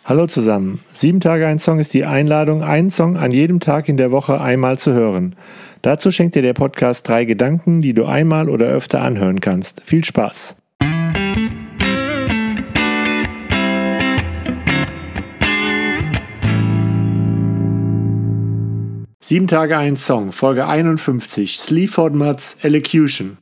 Hallo zusammen. 7 Tage ein Song ist die Einladung, einen Song an jedem Tag in der Woche einmal zu hören. Dazu schenkt dir der Podcast 3 Gedanken, die du einmal oder öfter anhören kannst. Viel Spaß! Sieben Tage ein Song, Folge 51, Sleaford Mods Elocution.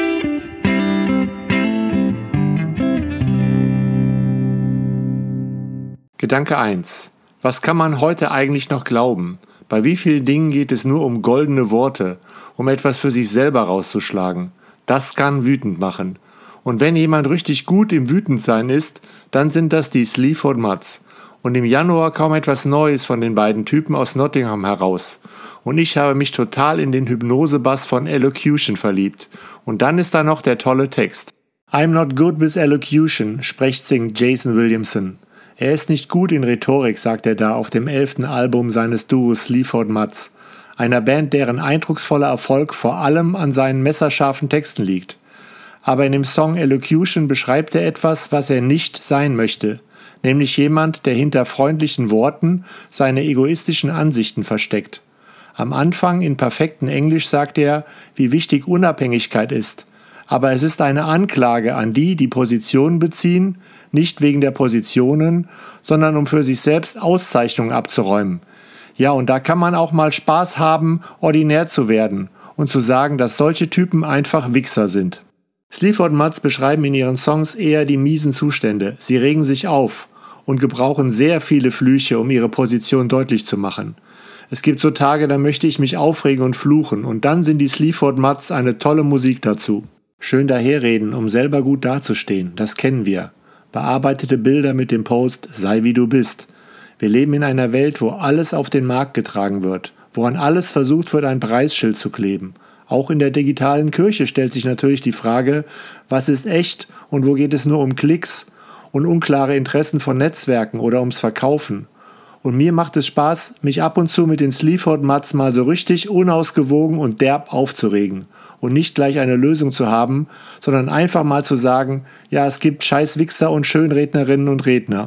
Gedanke 1. Was kann man heute eigentlich noch glauben? Bei wie vielen Dingen geht es nur um goldene Worte, um etwas für sich selber rauszuschlagen? Das kann wütend machen. Und wenn jemand richtig gut im Wütendsein ist, dann sind das die Sleaford Mods. Und im Januar kaum etwas Neues von den beiden Typen aus Nottingham heraus. Und ich habe mich total in den Hypnosebass von Elocution verliebt. Und dann ist da noch der tolle Text. I'm not good with elocution, singt Jason Williamson. Er ist nicht gut in Rhetorik, sagt er da auf dem 11. Album seines Duos Sleaford Mods, einer Band, deren eindrucksvoller Erfolg vor allem an seinen messerscharfen Texten liegt. Aber in dem Song Elocution beschreibt er etwas, was er nicht sein möchte, nämlich jemand, der hinter freundlichen Worten seine egoistischen Ansichten versteckt. Am Anfang in perfektem Englisch sagt er, wie wichtig Unabhängigkeit ist, aber es ist eine Anklage an die, die Positionen beziehen, nicht wegen der Positionen, sondern um für sich selbst Auszeichnungen abzuräumen. Ja, und da kann man auch mal Spaß haben, ordinär zu werden und zu sagen, dass solche Typen einfach Wichser sind. Sleaford Mods beschreiben in ihren Songs eher die miesen Zustände. Sie regen sich auf und gebrauchen sehr viele Flüche, um ihre Position deutlich zu machen. Es gibt so Tage, da möchte ich mich aufregen und fluchen, und dann sind die Sleaford Mods eine tolle Musik dazu. Schön daherreden, um selber gut dazustehen, das kennen wir. Bearbeitete Bilder mit dem Post »Sei wie du bist«. Wir leben in einer Welt, wo alles auf den Markt getragen wird, wo an alles versucht wird, ein Preisschild zu kleben. Auch in der digitalen Kirche stellt sich natürlich die Frage, was ist echt und wo geht es nur um Klicks und unklare Interessen von Netzwerken oder ums Verkaufen. Und mir macht es Spaß, mich ab und zu mit den Sleaford Mods mal so richtig unausgewogen und derb aufzuregen. Und nicht gleich eine Lösung zu haben, sondern einfach mal zu sagen, ja, es gibt Scheißwichser und Schönrednerinnen und Redner.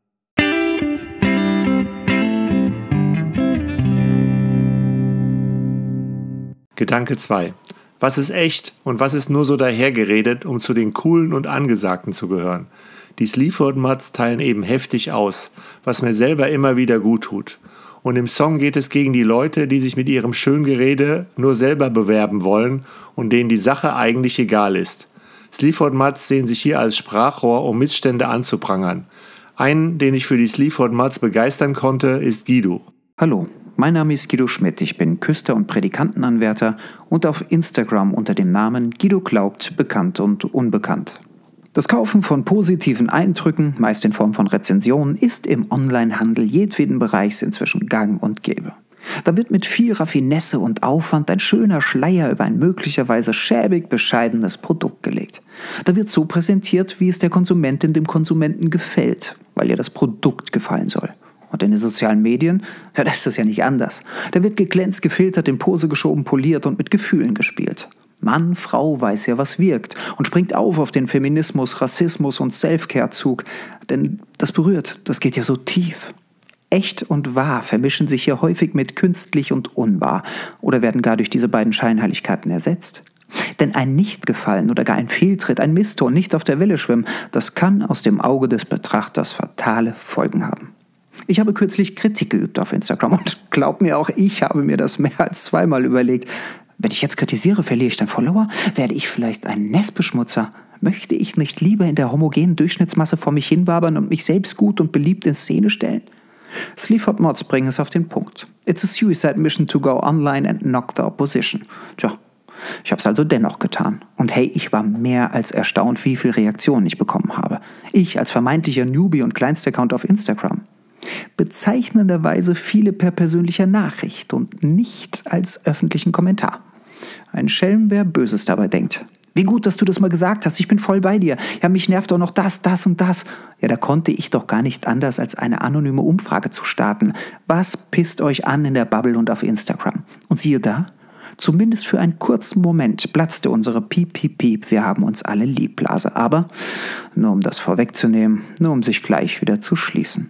Gedanke 2. Was ist echt und was ist nur so dahergeredet, um zu den Coolen und Angesagten zu gehören? Die Sleaford Mods teilen eben heftig aus, was mir selber immer wieder gut tut. Und im Song geht es gegen die Leute, die sich mit ihrem Schöngerede nur selber bewerben wollen und denen die Sache eigentlich egal ist. Sleaford Mods sehen sich hier als Sprachrohr, um Missstände anzuprangern. Einen, den ich für die Sleaford Mods begeistern konnte, ist Guido. Hallo, mein Name ist Guido Schmidt, ich bin Küster und Predikantenanwärter und auf Instagram unter dem Namen Guido Glaubt bekannt und unbekannt. Das Kaufen von positiven Eindrücken, meist in Form von Rezensionen, ist im Onlinehandel jedweden Bereichs inzwischen gang und gäbe. Da wird mit viel Raffinesse und Aufwand ein schöner Schleier über ein möglicherweise schäbig bescheidenes Produkt gelegt. Da wird so präsentiert, wie es der Konsumentin dem Konsumenten gefällt, weil ihr das Produkt gefallen soll. Und in den sozialen Medien, da ist das ja nicht anders. Da wird geglänzt, gefiltert, in Pose geschoben, poliert und mit Gefühlen gespielt. Mann, Frau weiß ja, was wirkt und springt auf den Feminismus, Rassismus und Selfcare-Zug, denn das berührt, das geht ja so tief. Echt und wahr vermischen sich hier häufig mit künstlich und unwahr oder werden gar durch diese beiden Scheinheiligkeiten ersetzt. Denn ein Nichtgefallen oder gar ein Fehltritt, ein Misston, nicht auf der Welle schwimmen, das kann aus dem Auge des Betrachters fatale Folgen haben. Ich habe kürzlich Kritik geübt auf Instagram und glaub mir, auch ich habe mir das mehr als zweimal überlegt. Wenn ich jetzt kritisiere, verliere ich dann Follower? Werde ich vielleicht ein Nestbeschmutzer? Möchte ich nicht lieber in der homogenen Durchschnittsmasse vor mich hinwabern und mich selbst gut und beliebt in Szene stellen? Sleaford Mods bringen es auf den Punkt. It's a suicide mission to go online and knock the opposition. Tja, ich habe es also dennoch getan. Und hey, ich war mehr als erstaunt, wie viele Reaktionen ich bekommen habe. Ich als vermeintlicher Newbie und Kleinstaccount auf Instagram. Bezeichnenderweise viele per persönlicher Nachricht und nicht als öffentlichen Kommentar. Ein Schelm, wer Böses dabei denkt. Wie gut, dass du das mal gesagt hast, ich bin voll bei dir. Ja, mich nervt doch noch das und das. Ja, da konnte ich doch gar nicht anders, als eine anonyme Umfrage zu starten. Was pisst euch an in der Bubble und auf Instagram? Und siehe da, zumindest für einen kurzen Moment platzte unsere Piep, Piep, Piep, wir haben uns alle lieb Blase. Aber, nur um das vorwegzunehmen, nur um sich gleich wieder zu schließen.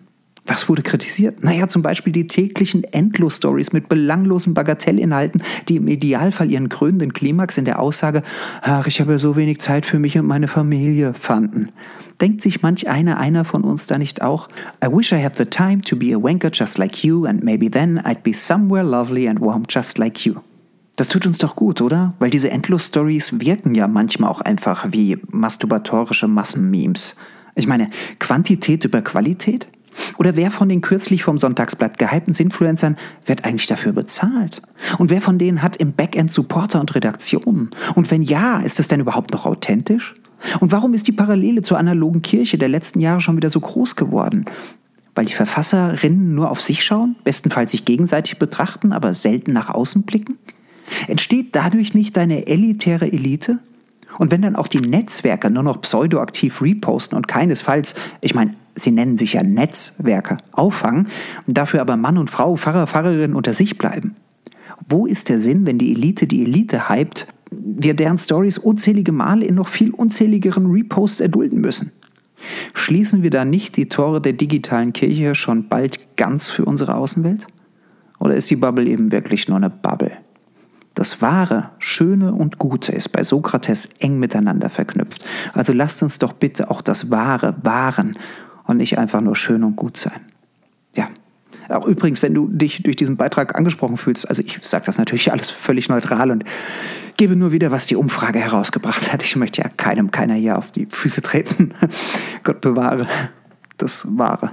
Was wurde kritisiert? Naja, zum Beispiel die täglichen Endlos-Stories mit belanglosen Bagatellinhalten, die im Idealfall ihren krönenden Klimax in der Aussage, ach, ich habe ja so wenig Zeit für mich und meine Familie, fanden. Denkt sich manch einer von uns da nicht auch, I wish I had the time to be a wanker just like you and maybe then I'd be somewhere lovely and warm just like you. Das tut uns doch gut, oder? Weil diese Endlos-Stories wirken ja manchmal auch einfach wie masturbatorische Massenmemes. Ich meine, Quantität über Qualität? Oder wer von den kürzlich vom Sonntagsblatt gehypten Sinfluencern wird eigentlich dafür bezahlt? Und wer von denen hat im Backend Supporter und Redaktionen? Und wenn ja, ist das denn überhaupt noch authentisch? Und warum ist die Parallele zur analogen Kirche der letzten Jahre schon wieder so groß geworden? Weil die Verfasserinnen nur auf sich schauen, bestenfalls sich gegenseitig betrachten, aber selten nach außen blicken? Entsteht dadurch nicht eine elitäre Elite? Und wenn dann auch die Netzwerke nur noch pseudoaktiv reposten und keinesfalls, ich meine, sie nennen sich ja Netzwerke, auffangen, dafür aber Mann und Frau, Pfarrer, Pfarrerin unter sich bleiben. Wo ist der Sinn, wenn die Elite hypt, wir deren Stories unzählige Male in noch viel unzähligeren Reposts erdulden müssen? Schließen wir da nicht die Tore der digitalen Kirche schon bald ganz für unsere Außenwelt? Oder ist die Bubble eben wirklich nur eine Bubble? Das Wahre, Schöne und Gute ist bei Sokrates eng miteinander verknüpft. Also lasst uns doch bitte auch das Wahre wahren und nicht einfach nur schön und gut sein. Ja, auch übrigens, wenn du dich durch diesen Beitrag angesprochen fühlst, also ich sage das natürlich alles völlig neutral und gebe nur wieder, was die Umfrage herausgebracht hat. Ich möchte ja keiner hier auf die Füße treten. Gott bewahre das Wahre.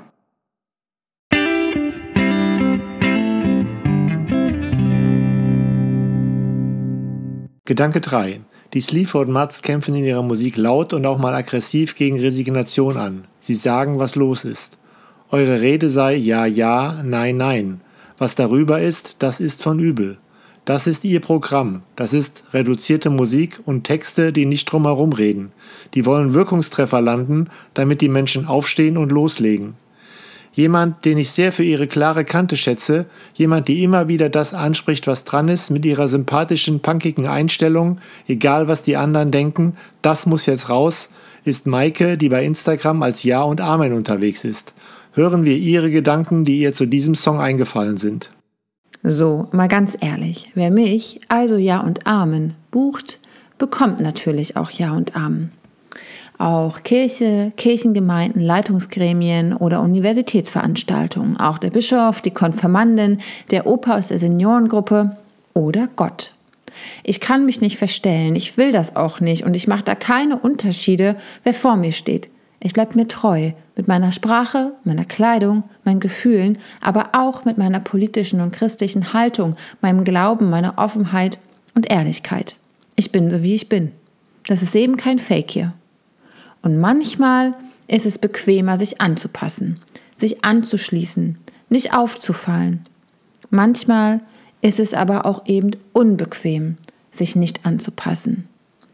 Gedanke 3. Die Sleaford Mods kämpfen in ihrer Musik laut und auch mal aggressiv gegen Resignation an. Sie sagen, was los ist. Eure Rede sei ja, ja, nein, nein. Was darüber ist, das ist von übel. Das ist ihr Programm. Das ist reduzierte Musik und Texte, die nicht drumherum reden. Die wollen Wirkungstreffer landen, damit die Menschen aufstehen und loslegen. Jemand, den ich sehr für ihre klare Kante schätze, jemand, die immer wieder das anspricht, was dran ist, mit ihrer sympathischen, punkigen Einstellung, egal was die anderen denken, das muss jetzt raus, ist Maike, die bei Instagram als Ja und Amen unterwegs ist. Hören wir ihre Gedanken, die ihr zu diesem Song eingefallen sind. So, mal ganz ehrlich, wer mich, also Ja und Amen, bucht, bekommt natürlich auch Ja und Amen. Auch Kirche, Kirchengemeinden, Leitungsgremien oder Universitätsveranstaltungen, auch der Bischof, die Konfirmandin, der Opa aus der Seniorengruppe oder Gott. Ich kann mich nicht verstellen, ich will das auch nicht und ich mache da keine Unterschiede, wer vor mir steht. Ich bleibe mir treu mit meiner Sprache, meiner Kleidung, meinen Gefühlen, aber auch mit meiner politischen und christlichen Haltung, meinem Glauben, meiner Offenheit und Ehrlichkeit. Ich bin so, wie ich bin. Das ist eben kein Fake hier. Und manchmal ist es bequemer, sich anzupassen, sich anzuschließen, nicht aufzufallen. Manchmal ist es aber auch eben unbequem, sich nicht anzupassen.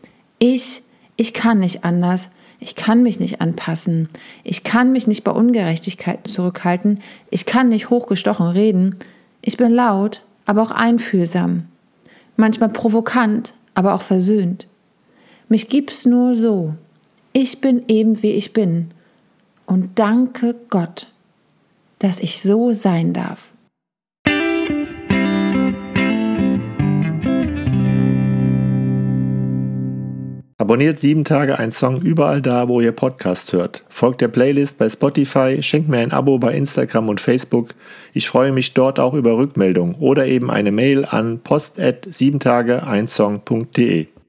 Ich kann nicht anders, ich kann mich nicht anpassen, ich kann mich nicht bei Ungerechtigkeiten zurückhalten, ich kann nicht hochgestochen reden, ich bin laut, aber auch einfühlsam, manchmal provokant, aber auch versöhnt. Mich gibt's nur so. Ich bin eben, wie ich bin. Und danke Gott, dass ich so sein darf. Abonniert 7 Tage ein Song überall da, wo ihr Podcast hört. Folgt der Playlist bei Spotify, schenkt mir ein Abo bei Instagram und Facebook. Ich freue mich dort auch über Rückmeldungen oder eben eine Mail an post@7tageeinsong.de.